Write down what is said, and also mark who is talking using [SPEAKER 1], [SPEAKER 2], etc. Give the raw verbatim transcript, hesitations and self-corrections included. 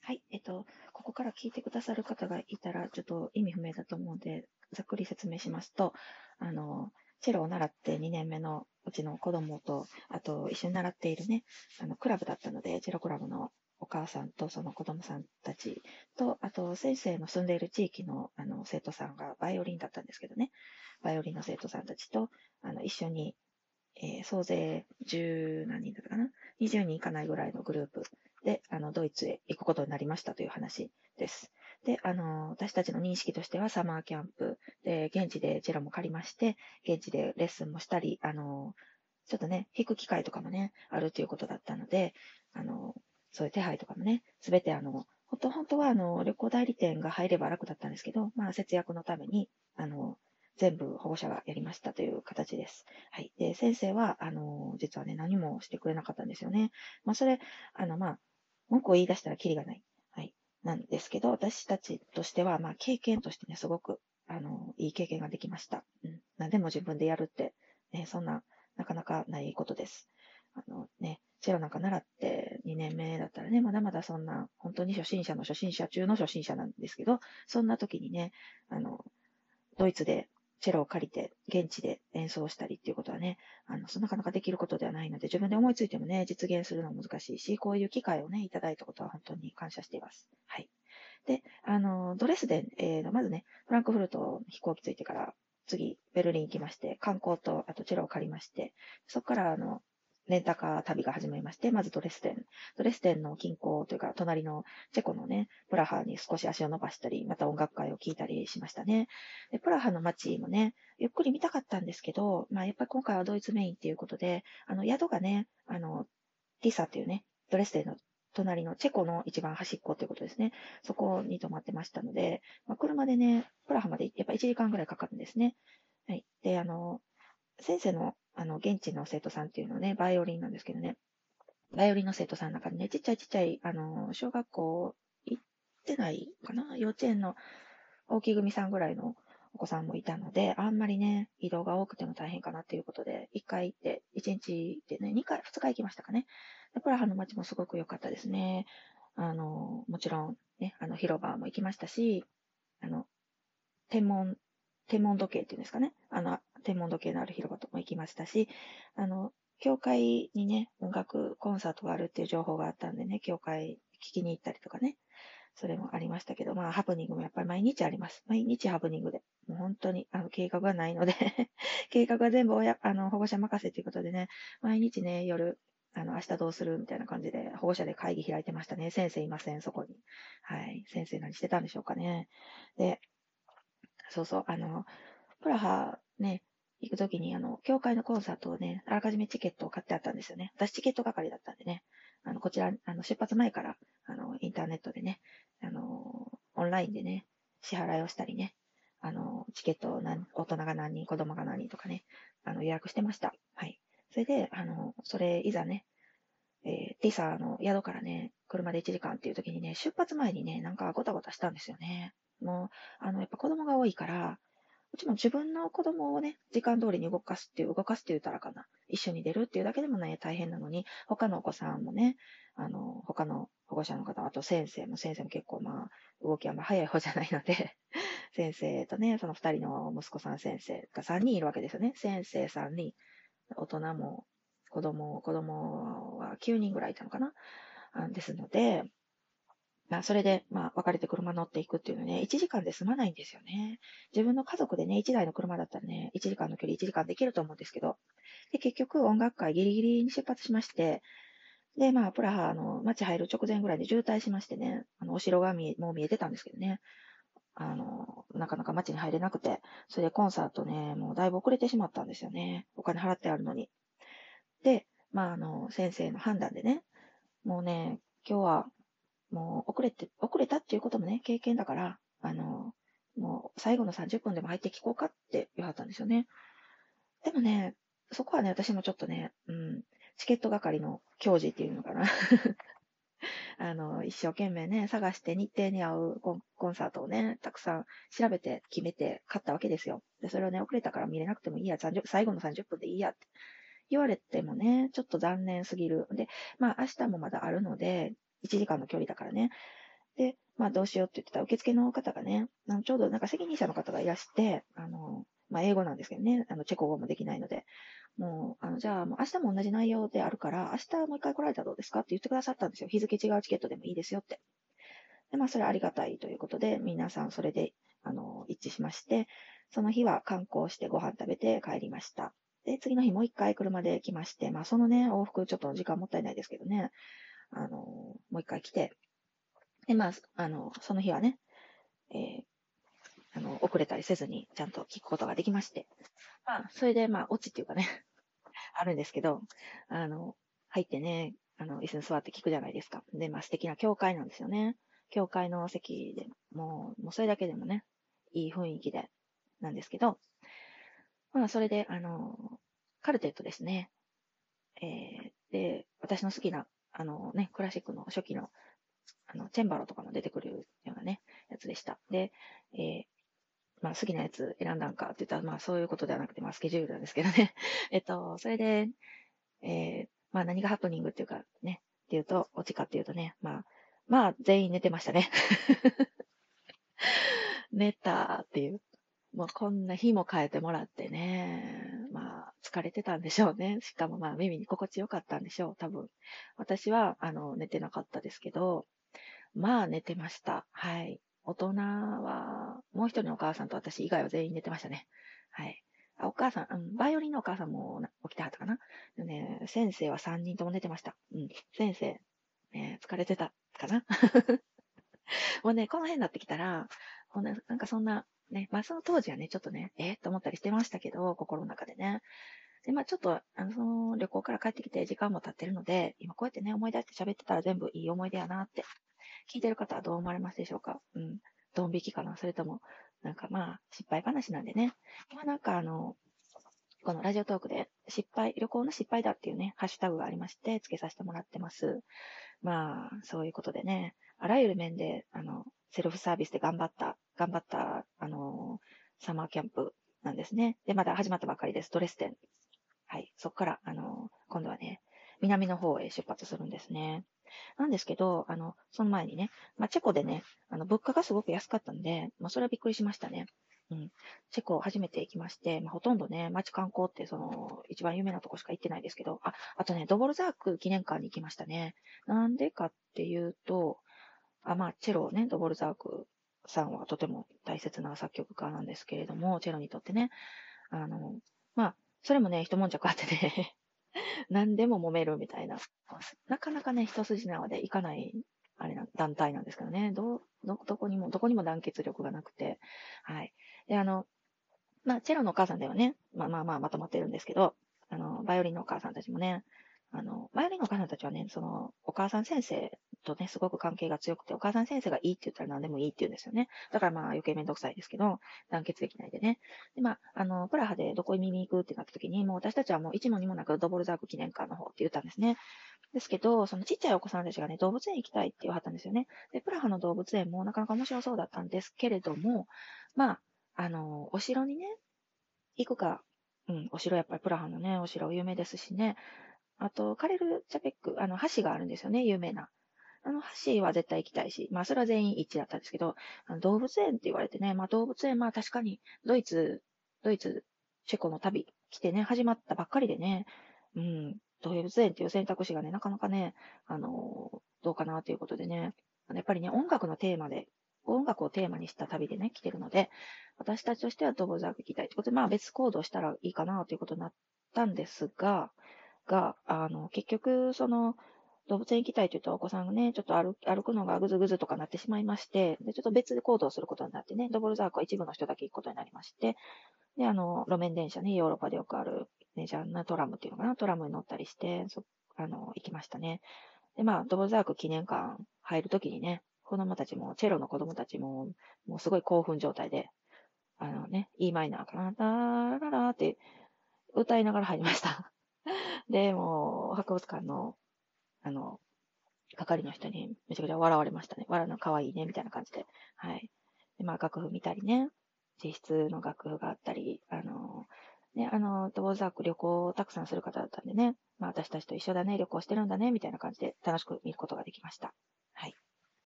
[SPEAKER 1] はい。えっと、ここから聞いてくださる方がいたら、ちょっと意味不明だと思うので、ざっくり説明しますと、あの、チェロを習ってにねんめのうちの子供と、あと一緒に習っているね、あの、クラブだったので、チェロクラブのお母さんとその子供さんたちと、あと先生の住んでいる地域のあの生徒さんがバイオリンだったんですけどね、バイオリンの生徒さんたちと、あの、一緒に、えー総勢じゅう何人だったかな ?にじゅう 人いかないぐらいのグループで、あの、ドイツへ行くことになりましたという話です。で、あの、私たちの認識としてはサマーキャンプで、現地でチェロも借りまして、現地でレッスンもしたり、あの、ちょっとね、弾く機会とかもね、あるということだったので、あの、そういう手配とかもね、すべてあの、本当、本当はあの、旅行代理店が入れば楽だったんですけど、まあ、節約のために、あの、全部保護者がやりましたという形です。はい。で、先生は、あの、実はね、何もしてくれなかったんですよね。まあ、それ、あの、まあ、文句を言い出したらキリがない。はい。なんですけど、私たちとしては、まあ、経験としてね、すごく、あの、いい経験ができました。うん。何でも自分でやるって、ね、そんな、なかなかないことです。あのね、チェロなんか習ってにねんめだったらね、まだまだそんな、本当に初心者の初心者中の初心者なんですけど、そんな時にね、あの、ドイツでチェロを借りて、現地で演奏したりっていうことはね、あの、なかなかできることではないので、自分で思いついてもね、実現するのは難しいし、こういう機会をね、いただいたことは本当に感謝しています。はい。で、あの、ドレスデン、えー、まずね、フランクフルト飛行機着いてから、次、ベルリン行きまして、観光と、あとチェロを借りまして、そこから、あの、レンタカー旅が始まりまして、まずドレスデン。ドレスデンの近郊というか、隣のチェコのね、プラハに少し足を伸ばしたり、また音楽会を聴いたりしましたね。で、プラハの街もね、ゆっくり見たかったんですけど、まあ、やっぱり今回はドイツメインっていうことで、あの、宿がね、あの、ティサっていうね、ドレスデンの隣のチェコの一番端っこということですね。そこに泊まってましたので、まあ、車でね、プラハまでやっぱいちじかんぐらいかかるんですね。はい。で、あの、先生の、あの、現地の生徒さんっていうのはね、バイオリンなんですけどね、バイオリンの生徒さんの中にね、ちっちゃいちっちゃい、あの、小学校行ってないかな幼稚園の大木組さんぐらいのお子さんもいたので、あんまりね、移動が多くても大変かなっていうことで、いっかい行って、いちにちでね、にかい、ふつか行きましたかね。でプラハの街もすごく良かったですね。あの、もちろん、ね、あの、広場も行きましたし、あの、天文、天文時計っていうんですかね。あの、天文時計のある広場とも行きましたし、あの、教会にね、音楽コンサートがあるっていう情報があったんでね、教会聞きに行ったりとかね、それもありましたけど、まあ、ハプニングもやっぱり毎日あります。毎日ハプニングで。もう本当に、あの、計画がないので計画は全部親、あの、保護者任せということでね、毎日ね、夜、あの、明日どうするみたいな感じで、保護者で会議開いてましたね。先生いません、そこに。はい。先生何してたんでしょうかね。で、そうそう、あの、プラハね、行くときに、あの、教会のコンサートをね、あらかじめチケットを買ってあったんですよね。私チケット係だったんでね、あの、こちら、あの、出発前から、あの、インターネットでね、あの、オンラインでね、支払いをしたりね、あの、チケットを何、大人が何人、子供が何人とかね、あの、予約してました。はい。それで、あの、それ、いざね、えー、ティサの宿からね、車でいちじかんっていう時にね、出発前にね、なんかごたごたしたんですよね。もう、あの、やっぱ子供が多いから、うちも自分の子供をね、時間通りに動かすっていう、動かすって言ったらかな。一緒に出るっていうだけでもね、大変なのに、他のお子さんもね、あの、他の保護者の方、あと先生も、先生も結構まあ、動きはまあ早い方じゃないので、先生とね、その二人の息子さん先生が三人いるわけですよね。先生三人、大人も子供、子供はきゅうにんぐらいいたのかな。あですので、まあ、それで、まあ、別れて車乗っていくっていうのはね、いちじかんで済まないんですよね。自分の家族でね、いちだいの車だったらね、いちじかんの距離いちじかんできると思うんですけど、で、結局音楽会ギリギリに出発しまして、で、まあ、プラハの街入る直前ぐらいで渋滞しましてね、あの、お城が見え、もう見えてたんですけどね、あの、なかなか街に入れなくて、それでコンサートね、もうだいぶ遅れてしまったんですよね。お金払ってあるのに。で、まあ、あの、先生の判断でね、もうね、今日はもう遅れて、遅れたっていうこともね、経験だから、あの、もう最後のさんじゅっぷんでも入って聞こうかって言わはったんですよね。でもね、そこはね、私もちょっとね、うん、チケット係の矜持っていうのかな。あの、一生懸命ね、探して日程に合うコンコンサートをね、たくさん調べて決めて買ったわけですよ。で、それをね、遅れたから見れなくてもいいや、さんじゅう最後のさんじゅっぷんでいいやって言われてもね、ちょっと残念すぎる。で、まあ明日もまだあるので、いちじかんの距離だからね、 で、まあどうしようって言ってた受付の方がね、あのちょうどなんか責任者の方がいらして、あの、まあ英語なんですけどね、あのチェコ語もできないので、もう、あの、じゃあもう明日も同じ内容であるから、明日もう一回来られたらどうですかって言ってくださったんですよ。日付違うチケットでもいいですよって。で、まあそれありがたいということで、皆さんそれで、あの、一致しまして、その日は観光してご飯食べて帰りました。で、次の日もう一回車で来まして、まあそのね、往復ちょっと時間もったいないですけどね、あの、もう一回来て、で、まあ、あの、その日はね、えーあの、遅れたりせずにちゃんと聞くことができまして、まあ、それで、まあ、オチっていうかね、あるんですけど、あの、入ってね、あの、椅子に座って聞くじゃないですか。で、まあ、素敵な教会なんですよね。教会の席でもう、もうそれだけでもね、いい雰囲気で、なんですけど、まあ、それで、あの、カルテットですね。えーで、私の好きな、あのね、クラシックの初期の、あの、チェンバロとかも出てくるようなね、やつでした。で、えーまあ、好きなやつ選んだんかって言ったら、まあ、そういうことではなくて、まあ、スケジュールなんですけどね。えっと、それで、えーまあ、何がハプニングっていうかね、っていうと、オチかっていうとね、まあ、まあ、全員寝てましたね。寝たっていう。もうこんな日も変えてもらってね、まあ、疲れてたんでしょうね。しかもまあ、耳に心地よかったんでしょう、多分。私は、あの、寝てなかったですけど、まあ、寝てました。はい。大人は、もう一人のお母さんと私以外は全員寝てましたね。はい。あ、お母さん、うん、バイオリンのお母さんもな起きてはったかな。でね、先生は三人とも寝てました。うん。先生、ね、疲れてたかな。もうね、この辺になってきたら、もうね、なんかそんな、ね、まあその当時はね、ちょっとね、えー、と思ったりしてましたけど、心の中でね。で、まあちょっと、あの、その旅行から帰ってきて時間も経ってるので、今こうやってね、思い出して喋ってたら全部いい思い出やなって聞いてる方はどう思われますでしょうか？うん。ドン引きかな、それとも、なんかまあ、失敗話なんでね。今なんかあの、このラジオトークで失敗、旅行の失敗だっていうね、ハッシュタグがありまして、付けさせてもらってます。まあ、そういうことでね、あらゆる面で、あの、セルフサービスで頑張った、頑張った、あの、サマーキャンプなんですね。で、まだ始まったばかりです。ドレスデン。はい。そこから、あの、今度はね、南の方へ出発するんですね。なんですけど、あの、その前にね、まあ、チェコでね、あの、物価がすごく安かったんで、まあ、それはびっくりしましたね。うん。チェコ初めて行きまして、まあ、ほとんどね、街観光って、その、一番有名なとこしか行ってないですけど、あ、あとね、ドボルザーク記念館に行きましたね。なんでかっていうと、あ、まあ、チェロね、ドボルザークさんはとても大切な作曲家なんですけれども、チェロにとってね、あの、まあ、それもね、一悶着あってね、何でも揉めるみたいな。なかなかね、一筋縄で行かない、あれな、団体なんですけどね。どう、ど、どこにも、どこにも団結力がなくて。はい。で、あの、まあ、チェロのお母さんではね、まあまあまあまとまってるんですけど、あの、バイオリンのお母さんたちもね、あの、バイオリンのお母さんたちはね、その、お母さん先生とね、すごく関係が強くて、お母さん先生がいいって言ったら何でもいいって言うんですよね。だからまあ余計めんどくさいですけど、団結できないでね。で、まあ、あの、プラハでどこに見に行くってなった時に、もう私たちはもう一も二もなくドボルザーク記念館の方って言ったんですね。ですけど、そのちっちゃいお子さんたちがね、動物園行きたいって言わはったんですよね。で、プラハの動物園もなかなか面白そうだったんですけれども、まあ、あの、お城にね、行くか、うん、お城やっぱりプラハのね、お城有名ですしね。あと、カレルチャペック、あの、橋があるんですよね、有名な。あの、橋は絶対行きたいし、まあ、それは全員一致だったんですけど、あの動物園って言われてね、まあ、動物園、まあ、確かに、ドイツ、ドイツ、チェコの旅来てね、始まったばっかりでね、うん、動物園っていう選択肢がね、なかなかね、あの、どうかなということでね、あのやっぱりね、音楽のテーマで、音楽をテーマにした旅でね、来てるので、私たちとしてはドボザーク行きたいということで、まあ別行動したらいいかなということになったんですが、が、あの、結局、その、動物園行きたいと言ったお子さんがね、ちょっと歩歩くのがぐずぐずとかなってしまいまして、で、ちょっと別で行動することになってね、ドボルザークは一部の人だけ行くことになりまして、で、あの、路面電車ね、ヨーロッパでよくあるメジャーなトラムっていうのかな、トラムに乗ったりして、そ、あの、行きましたね。で、まあ、ドボルザーク記念館入るときにね、子供たちも、チェロの子供たちも、もうすごい興奮状態で、あのね、E マイナーかな、ラララって歌いながら入りました。で、もう、博物館の、あの、係の人にめちゃくちゃ笑われましたね。笑うの可愛いね、みたいな感じで。はい。で、まあ、楽譜見たりね、自筆の楽譜があったり、あの、ね、あの、ドボルザーク旅行をたくさんする方だったんでね、まあ、私たちと一緒だね、旅行してるんだね、みたいな感じで楽しく見ることができました。